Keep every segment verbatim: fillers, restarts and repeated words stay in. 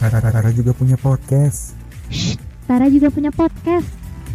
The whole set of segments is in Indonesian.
Tara juga punya podcast. Tara juga punya podcast.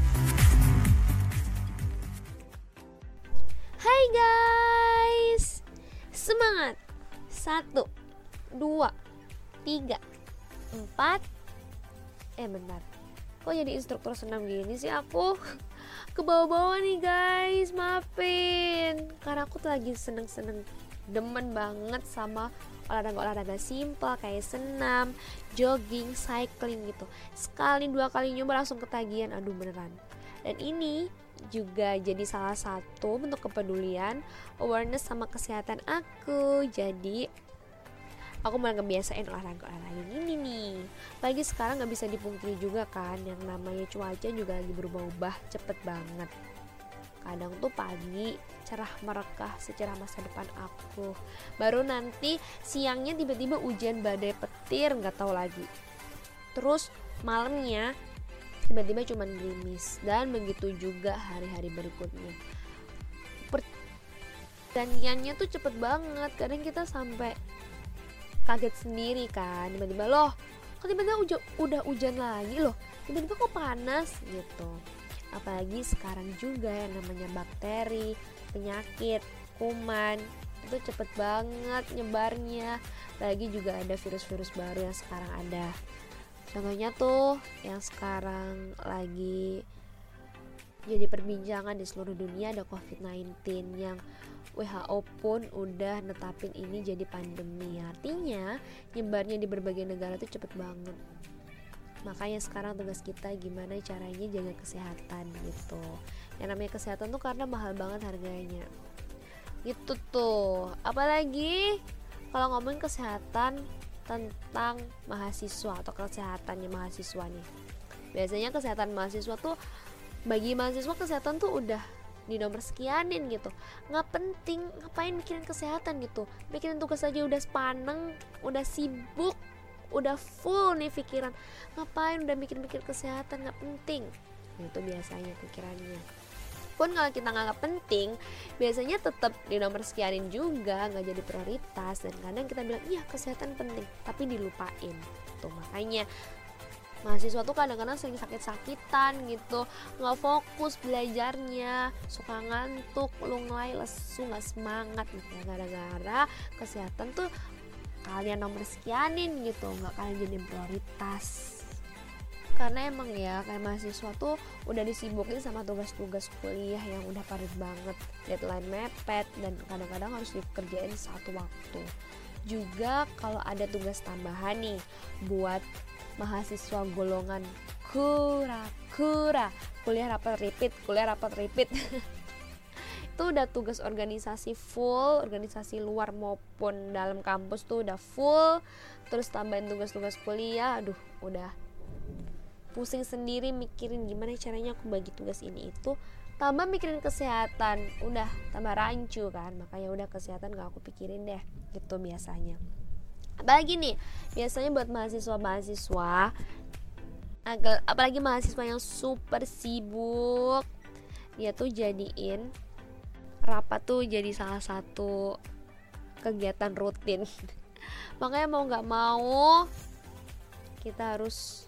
Hai guys, semangat. Satu, dua, tiga, empat. Eh bentar, kok jadi instruktur senam gini sih aku? Ke bawah-bawah nih guys, maafin. Karena aku tuh lagi seneng-seneng, demen banget sama olahraga-olahraga simpel kayak senam, jogging, cycling gitu. Sekali dua kali nyoba langsung ketagihan, aduh beneran. Dan ini juga jadi salah satu bentuk kepedulian, awareness sama kesehatan aku. Jadi aku mulai ngebiasain olahraga-olahraga ini nih. Apalagi sekarang gak bisa dipungkiri juga kan, yang namanya cuaca juga lagi berubah-ubah cepet banget. Kadang tuh pagi cerah merekah secerah masa depan aku, baru nanti siangnya tiba-tiba hujan badai petir gak tahu lagi. Terus malamnya tiba-tiba cuman gerimis. Dan begitu juga hari-hari berikutnya. Pergantiannya tuh cepet banget. Kadang kita sampai kaget sendiri kan, tiba-tiba loh kok tiba-tiba uja, udah hujan lagi loh, tiba-tiba kok panas gitu. Apalagi sekarang juga yang namanya bakteri, penyakit, kuman itu cepet banget nyebarnya. Lagi juga ada virus-virus baru yang sekarang ada. Contohnya tuh yang sekarang lagi jadi perbincangan di seluruh dunia ada covid sembilan belas yang W H O pun udah netapin ini jadi pandemi. Artinya nyebarnya di berbagai negara tuh cepet banget. Makanya sekarang tugas kita gimana caranya jaga kesehatan gitu. Yang namanya kesehatan tuh karena mahal banget harganya. Gitu tuh. Apalagi kalau ngomongin kesehatan tentang mahasiswa atau kesehatannya mahasiswa nih. Biasanya kesehatan mahasiswa tuh, bagi mahasiswa kesehatan tuh udah di nomor sekianin gitu. Nggak penting, ngapain mikirin kesehatan gitu. Mikirin tugas aja udah sepaneng, udah sibuk, udah full nih pikiran. Ngapain udah mikir-mikir kesehatan, nggak penting. Itu biasanya pikirannya. Pun kalau kita nggak penting, biasanya tetap di nomor sekianin juga, nggak jadi prioritas. Dan kadang kita bilang iya kesehatan penting, tapi dilupain. Tuh makanya mahasiswa tuh kadang-kadang sering sakit-sakitan gitu, nggak fokus belajarnya, suka ngantuk, lunglai, lesu, nggak semangat gitu. Gara-gara kesehatan tuh kalian nomor sekianin gitu, nggak kalian jadi prioritas. Karena emang ya kayak mahasiswa tuh udah disibukin sama tugas-tugas kuliah yang udah padat banget, deadline mepet, dan kadang-kadang harus dikerjain satu waktu. Juga kalau ada tugas tambahan nih buat mahasiswa golongan kura-kura, kuliah rapat repeat, kuliah rapat repeat. Itu udah tugas organisasi full, organisasi luar maupun dalam kampus tuh udah full. Terus tambahin tugas-tugas kuliah, aduh udah pusing sendiri mikirin gimana caranya aku bagi tugas ini itu. Tambah mikirin kesehatan, udah tambah rancu kan. Makanya udah kesehatan gak aku pikirin deh, gitu biasanya. Apalagi nih, biasanya buat mahasiswa-mahasiswa, apalagi mahasiswa yang super sibuk, dia tuh jadiin rapat tuh jadi salah satu kegiatan rutin. Makanya mau gak mau kita harus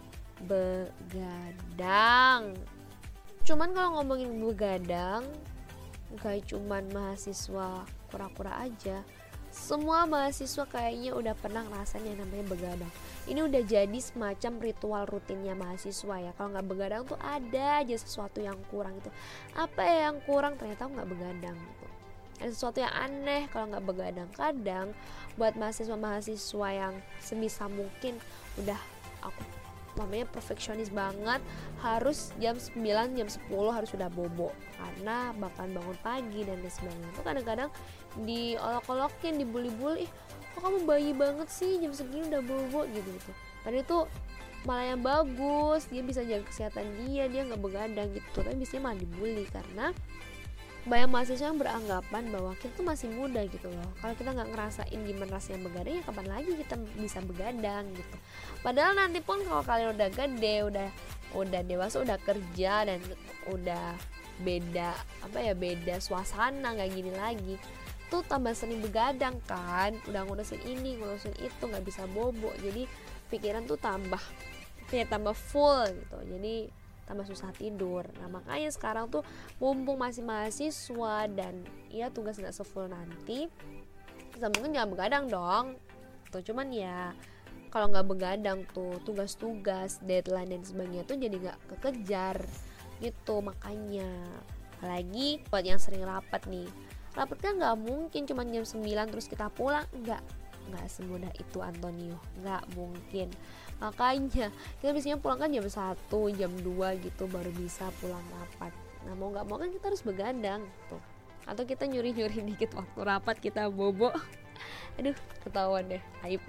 begadang. Cuman kalau ngomongin begadang, gak cuman mahasiswa kura-kura aja, semua mahasiswa kayaknya udah pernah ngerasain yang namanya begadang. Ini udah jadi semacam ritual rutinnya mahasiswa ya. Kalau nggak begadang tuh ada aja sesuatu yang kurang gitu. Apa ya yang kurang? Ternyata aku nggak begadang gitu. Ada sesuatu yang aneh kalau nggak begadang. Kadang buat mahasiswa-mahasiswa yang sebisa mungkin udah aku namanya perfeksionis banget, harus jam sembilan, jam sepuluh harus sudah bobo karena bakalan bangun pagi dan lain sebagainya. Itu kadang-kadang diolok-olokin, dibully-bully, ih kok kamu bayi banget sih jam segini udah bobo gitu gitu. Padahal itu malah yang bagus, dia bisa jaga kesehatan dia, dia nggak begadang gitu. Tapi biasanya malah dibully karena banyak mahasiswa yang beranggapan bahwa kita tuh masih muda gitu loh. Kalau kita nggak ngerasain gimana rasanya begadang, ya kapan lagi kita bisa begadang gitu. Padahal nanti pun kalau kalian udah gede, udah udah dewasa, udah kerja dan udah beda apa ya beda suasana, nggak gini lagi, tuh tambah sering begadang kan, udah ngurusin ini ngurusin itu, nggak bisa bobo, jadi pikiran tuh tambah kayak tambah full gitu, jadi tambah susah tidur. Nah makanya sekarang tuh mumpung masih mahasiswa dan ya tugas nggak sefull nanti, kita mungkin jangan begadang dong tuh. Cuman ya kalau nggak begadang tuh tugas-tugas, deadline dan sebagainya tuh jadi nggak kekejar gitu. Makanya apalagi buat yang sering rapat nih, rapat kan nggak mungkin cuma jam sembilan terus kita pulang, nggak nggak semudah itu Antonio, nggak mungkin. Makanya kita biasanya pulang kan jam satu, jam dua gitu baru bisa pulang rapat. Nah mau nggak mau kan kita harus begadang tuh, atau kita nyuri-nyuri dikit waktu rapat kita bobo. Aduh ketahuan deh, aib.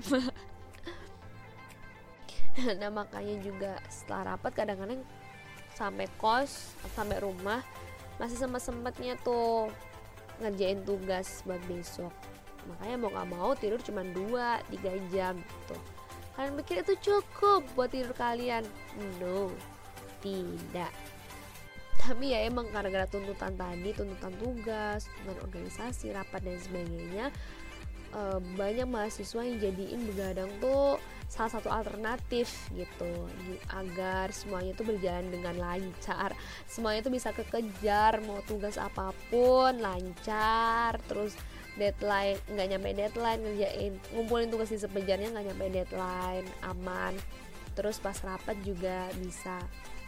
Nah makanya juga setelah rapat kadang-kadang sampai kos sampai rumah masih sempet-sempetnya tuh ngerjain tugas buat besok. Makanya mau gak mau tidur cuma dua sampai tiga jam tuh. Kalian pikir itu cukup buat tidur kalian? No, tidak. Tapi ya emang gara-gara tuntutan tadi, tuntutan tugas, tuntutan organisasi, rapat dan sebagainya, Uh, banyak mahasiswa yang jadiin begadang tuh salah satu alternatif gitu, agar semuanya tuh berjalan dengan lancar, semuanya tuh bisa kekejar, mau tugas apapun lancar, terus deadline nggak nyampe deadline, ngerjain ngumpulin tugas di sepejarnya nggak nyampe deadline, aman. Terus pas rapat juga bisa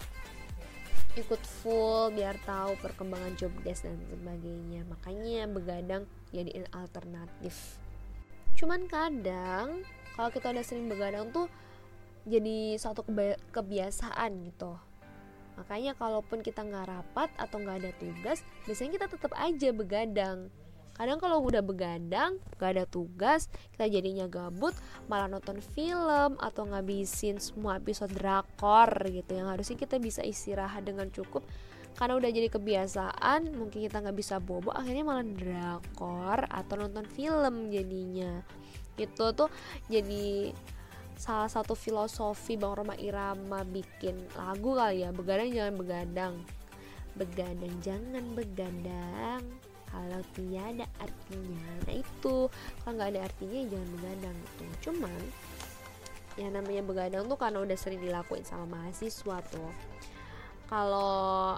ikut full biar tahu perkembangan job desk dan sebagainya. Makanya begadang jadiin alternatif. Cuman kadang kalau kita udah sering begadang tuh jadi suatu kebiasaan gitu. Makanya kalaupun kita nggak rapat atau nggak ada tugas, biasanya kita tetap aja begadang. Kadang kalau udah begadang, nggak ada tugas, kita jadinya gabut, malah nonton film atau ngabisin semua episode drakor gitu, yang harusnya kita bisa istirahat dengan cukup. Karena udah jadi kebiasaan, mungkin kita nggak bisa bobo, akhirnya malah drakor atau nonton film jadinya. Gitu tuh jadi salah satu filosofi Bang Rhoma Irama bikin lagu kali ya, begadang jangan begadang, begadang jangan begadang kalau tiada artinya. Nah itu kalau nggak ada artinya jangan begadang gitu. Cuman ya namanya begadang tuh karena udah sering dilakuin sama mahasiswa tuh, kalau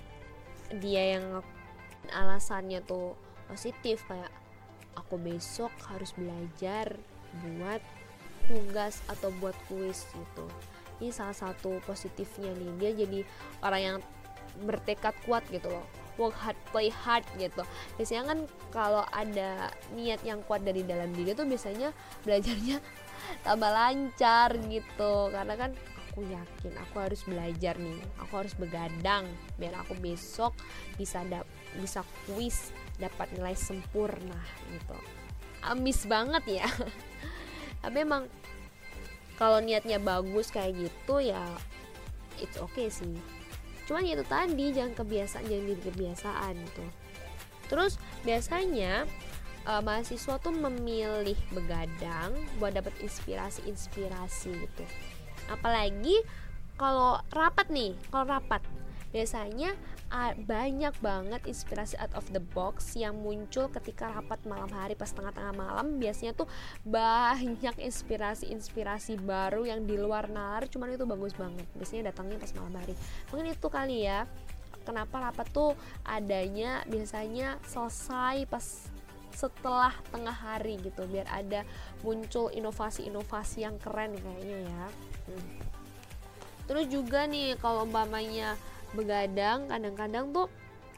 dia yang alasannya tuh positif kayak aku besok harus belajar buat tugas atau buat kuis gitu, ini salah satu positifnya nih, dia jadi orang yang bertekad kuat gitu loh, work hard play hard gitu. Biasanya kan kalau ada niat yang kuat dari dalam diri tuh biasanya belajarnya tambah lancar gitu, karena kan aku yakin aku harus belajar nih, aku harus begadang biar aku besok bisa dap- bisa kuis dapat nilai sempurna gitu. Ambis banget ya. Tapi emang kalau niatnya bagus kayak gitu ya it's okay sih. Cuman itu tadi jangan kebiasaan, jangan jadi kebiasaan gitu. Terus biasanya uh, mahasiswa tuh memilih begadang buat dapat inspirasi-inspirasi gitu. Apalagi kalau rapat nih, kalau rapat biasanya uh, banyak banget inspirasi out of the box yang muncul ketika rapat malam hari pas tengah-tengah malam. Biasanya tuh banyak inspirasi-inspirasi baru yang di luar nalar, cuman itu bagus banget. Biasanya datangnya pas malam hari. Mungkin itu kali ya kenapa rapat tuh adanya biasanya selesai pas setelah tengah hari gitu, biar ada muncul inovasi-inovasi yang keren kayaknya ya. hmm. Terus juga nih kalau umpamanya begadang, kadang-kadang tuh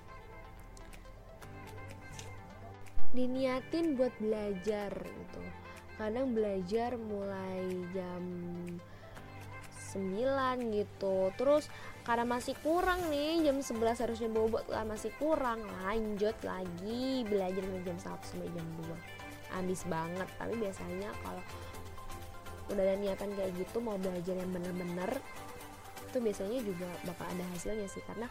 diniatin buat belajar gitu. Kadang belajar mulai jam sembilan gitu, terus karena masih kurang nih jam sebelas harusnya bobot, kan masih kurang, lanjut lagi belajar jam satu sampai jam dua. Habis banget. Tapi biasanya kalau udah ada niatan kayak gitu mau belajar yang bener-bener, itu biasanya juga bakal ada hasilnya sih, karena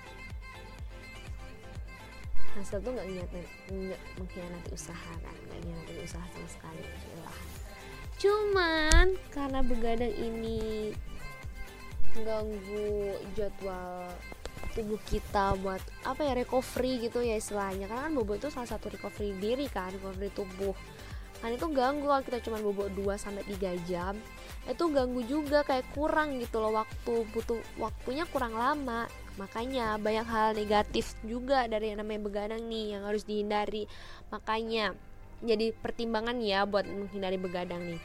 hasil tuh nggak nggak mengkhianati usaha kan, nggak mengkhianati usaha sama sekali lah. Cuman karena begadang ini ganggu jadwal tubuh kita buat apa ya, recovery gitu ya istilahnya. Karena kan bobo itu salah satu recovery diri kan, recovery tubuh. Kan itu ganggu kalau kita cuma bobo dua sampai tiga jam. Itu ganggu juga, kayak kurang gitu loh waktu, butuh waktunya kurang lama. Makanya banyak hal negatif juga dari yang namanya begadang nih yang harus dihindari. Makanya jadi pertimbangan ya buat menghindari begadang nih.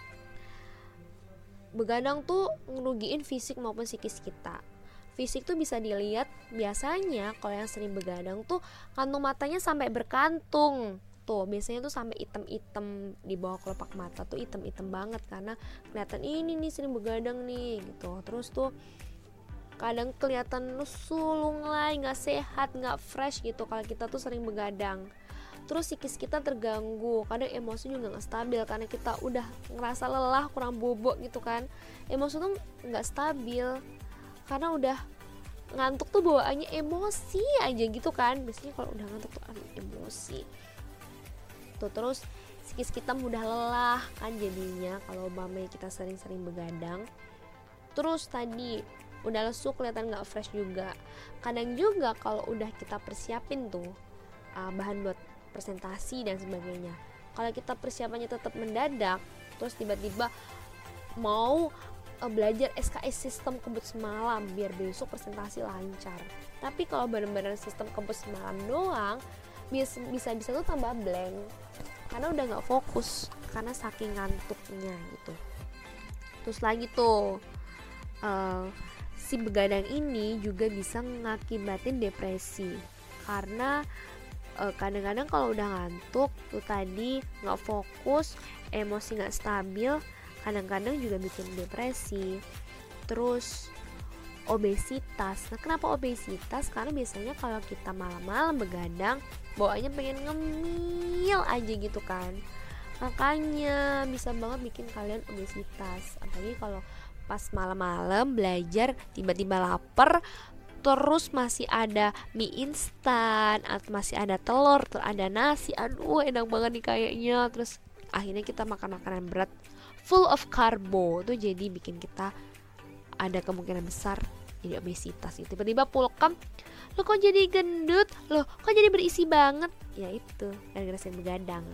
Begadang tuh ngerugiin fisik maupun psikis kita. Fisik tuh bisa dilihat, biasanya kalau yang sering begadang tuh kantung matanya sampai berkantung. Tuh biasanya tuh sampai item-item di bawah kelopak mata tuh item-item banget karena kelihatan ini nih sering begadang nih gitu. Terus tuh kadang kelihatan lu sulung lah, nggak sehat, nggak fresh gitu kalau kita tuh sering begadang. Terus psikis kita terganggu, kadang emosi juga nggak stabil karena kita udah ngerasa lelah, kurang bobok gitu kan. Emosi tuh nggak stabil karena udah ngantuk tuh bawaannya emosi aja gitu kan. Biasanya kalau udah ngantuk tuh aduh emosi tuh. Terus psikis kita mudah lelah kan jadinya kalau umpamanya kita sering-sering begadang. Terus tadi udah lesu, kelihatan nggak fresh juga. Kadang juga kalau udah kita persiapin tuh uh, bahan buat presentasi dan sebagainya, kalau kita persiapannya tetap mendadak, terus tiba-tiba mau uh, belajar S K S sistem kebut semalam biar besok presentasi lancar. Tapi kalau benar-benar sistem kebut semalam doang, bisa-bisa tuh tambah blank karena udah nggak fokus karena saking ngantuknya gitu. Terus lagi tuh uh, si begadang ini juga bisa ngakibatin depresi karena e, kadang-kadang kalau udah ngantuk tuh tadi nggak fokus, emosi nggak stabil, kadang-kadang juga bikin depresi. Terus obesitas. Nah kenapa obesitas? Karena biasanya kalau kita malam-malam begadang bawaannya pengen ngemil aja gitu kan, makanya bisa banget bikin kalian obesitas. Apalagi kalau pas malam-malam belajar tiba-tiba lapar, terus masih ada mie instan atau masih ada telur, terus ada nasi, aduh enak banget nih kayaknya. Terus akhirnya kita makan makanan berat full of karbo, tuh jadi bikin kita ada kemungkinan besar jadi obesitas gitu. Tiba-tiba pulkem, lo kok jadi gendut, lo kok jadi berisi banget, ya itu gara-gara sering begadang.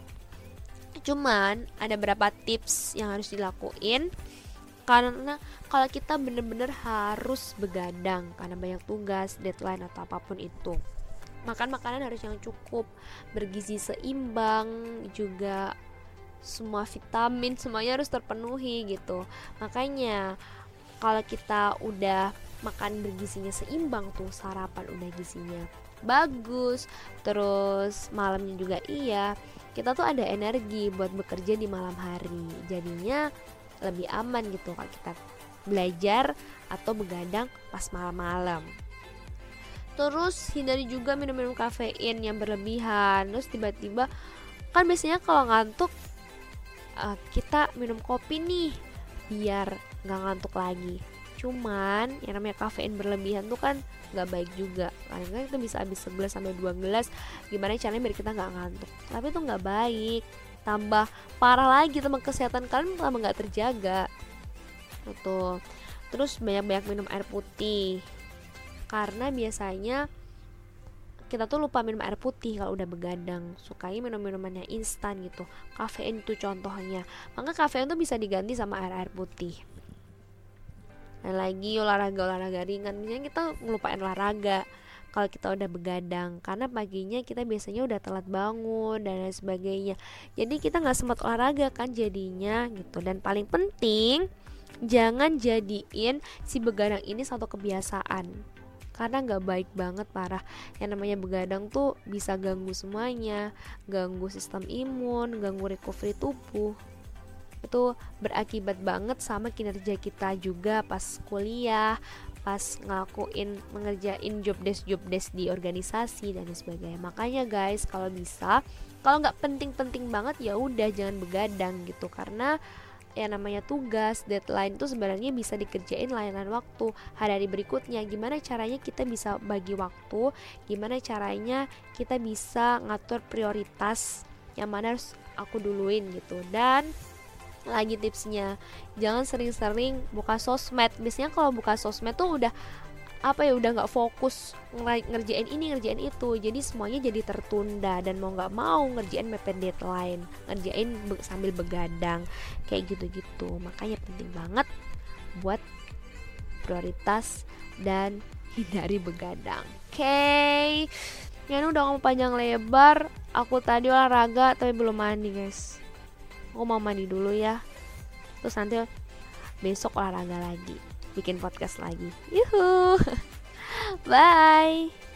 Cuman ada beberapa tips yang harus dilakuin karena kalau kita bener-bener harus begadang karena banyak tugas, deadline atau apapun itu. Makan makanan harus yang cukup, bergizi seimbang, juga semua vitamin semuanya harus terpenuhi gitu. Makanya kalau kita udah makan bergizinya seimbang tuh, sarapan udah gizinya bagus, terus malamnya juga iya, kita tuh ada energi buat bekerja di malam hari. Jadinya lebih aman gitu kalau kita belajar atau begadang pas malam-malam. Terus hindari juga minum-minum kafein yang berlebihan. Terus tiba-tiba kan biasanya kalau ngantuk uh, kita minum kopi nih biar nggak ngantuk lagi. Cuman yang namanya kafein berlebihan tuh kan nggak baik juga. Kadang-kadang kita bisa habis segelas sampai dua gelas. Gimana caranya biar kita nggak ngantuk? Tapi itu nggak baik. Tambah parah lagi, teman kesehatan kalian tambah nggak terjaga. Betul. Terus banyak-banyak minum air putih. Karena biasanya kita tuh lupa minum air putih kalau udah begadang, sukanya minum minuman yang instan gitu. Kafein itu contohnya. Maka kafein tuh bisa diganti sama air-air putih. Dan lagi olahraga-olahraga ringan, misalnya kita ngelupain olahraga kalau kita udah begadang karena paginya kita biasanya udah telat bangun dan lain sebagainya. Jadi kita nggak sempat olahraga kan jadinya gitu. Dan paling penting jangan jadiin si begadang ini satu kebiasaan karena nggak baik banget, parah. Yang namanya begadang tuh bisa ganggu semuanya, ganggu sistem imun, ganggu recovery tubuh. Itu berakibat banget sama kinerja kita juga pas kuliah, pas ngelakuin mengerjain job desk job desk di organisasi dan sebagainya. Makanya guys, kalau bisa, kalau nggak penting-penting banget ya udah jangan begadang gitu, karena ya namanya tugas, deadline itu sebenarnya bisa dikerjain lain-lain waktu, hari-hari berikutnya. Gimana caranya kita bisa bagi waktu, gimana caranya kita bisa ngatur prioritas yang mana harus aku duluin gitu. Dan lagi tipsnya, jangan sering-sering buka sosmed. Biasanya kalau buka sosmed tuh udah apa ya udah nggak fokus ngerjain ini ngerjain itu, jadi semuanya jadi tertunda dan mau nggak mau ngerjain mepet deadline, ngerjain be- sambil begadang kayak gitu-gitu. Makanya penting banget buat prioritas dan hindari begadang. Oke, okay. Ya ini udah ngomong panjang lebar. Aku tadi olahraga tapi belum mandi guys. Aku mau mandi dulu ya. Terus nanti besok olahraga lagi, bikin podcast lagi. Yuhu. Bye.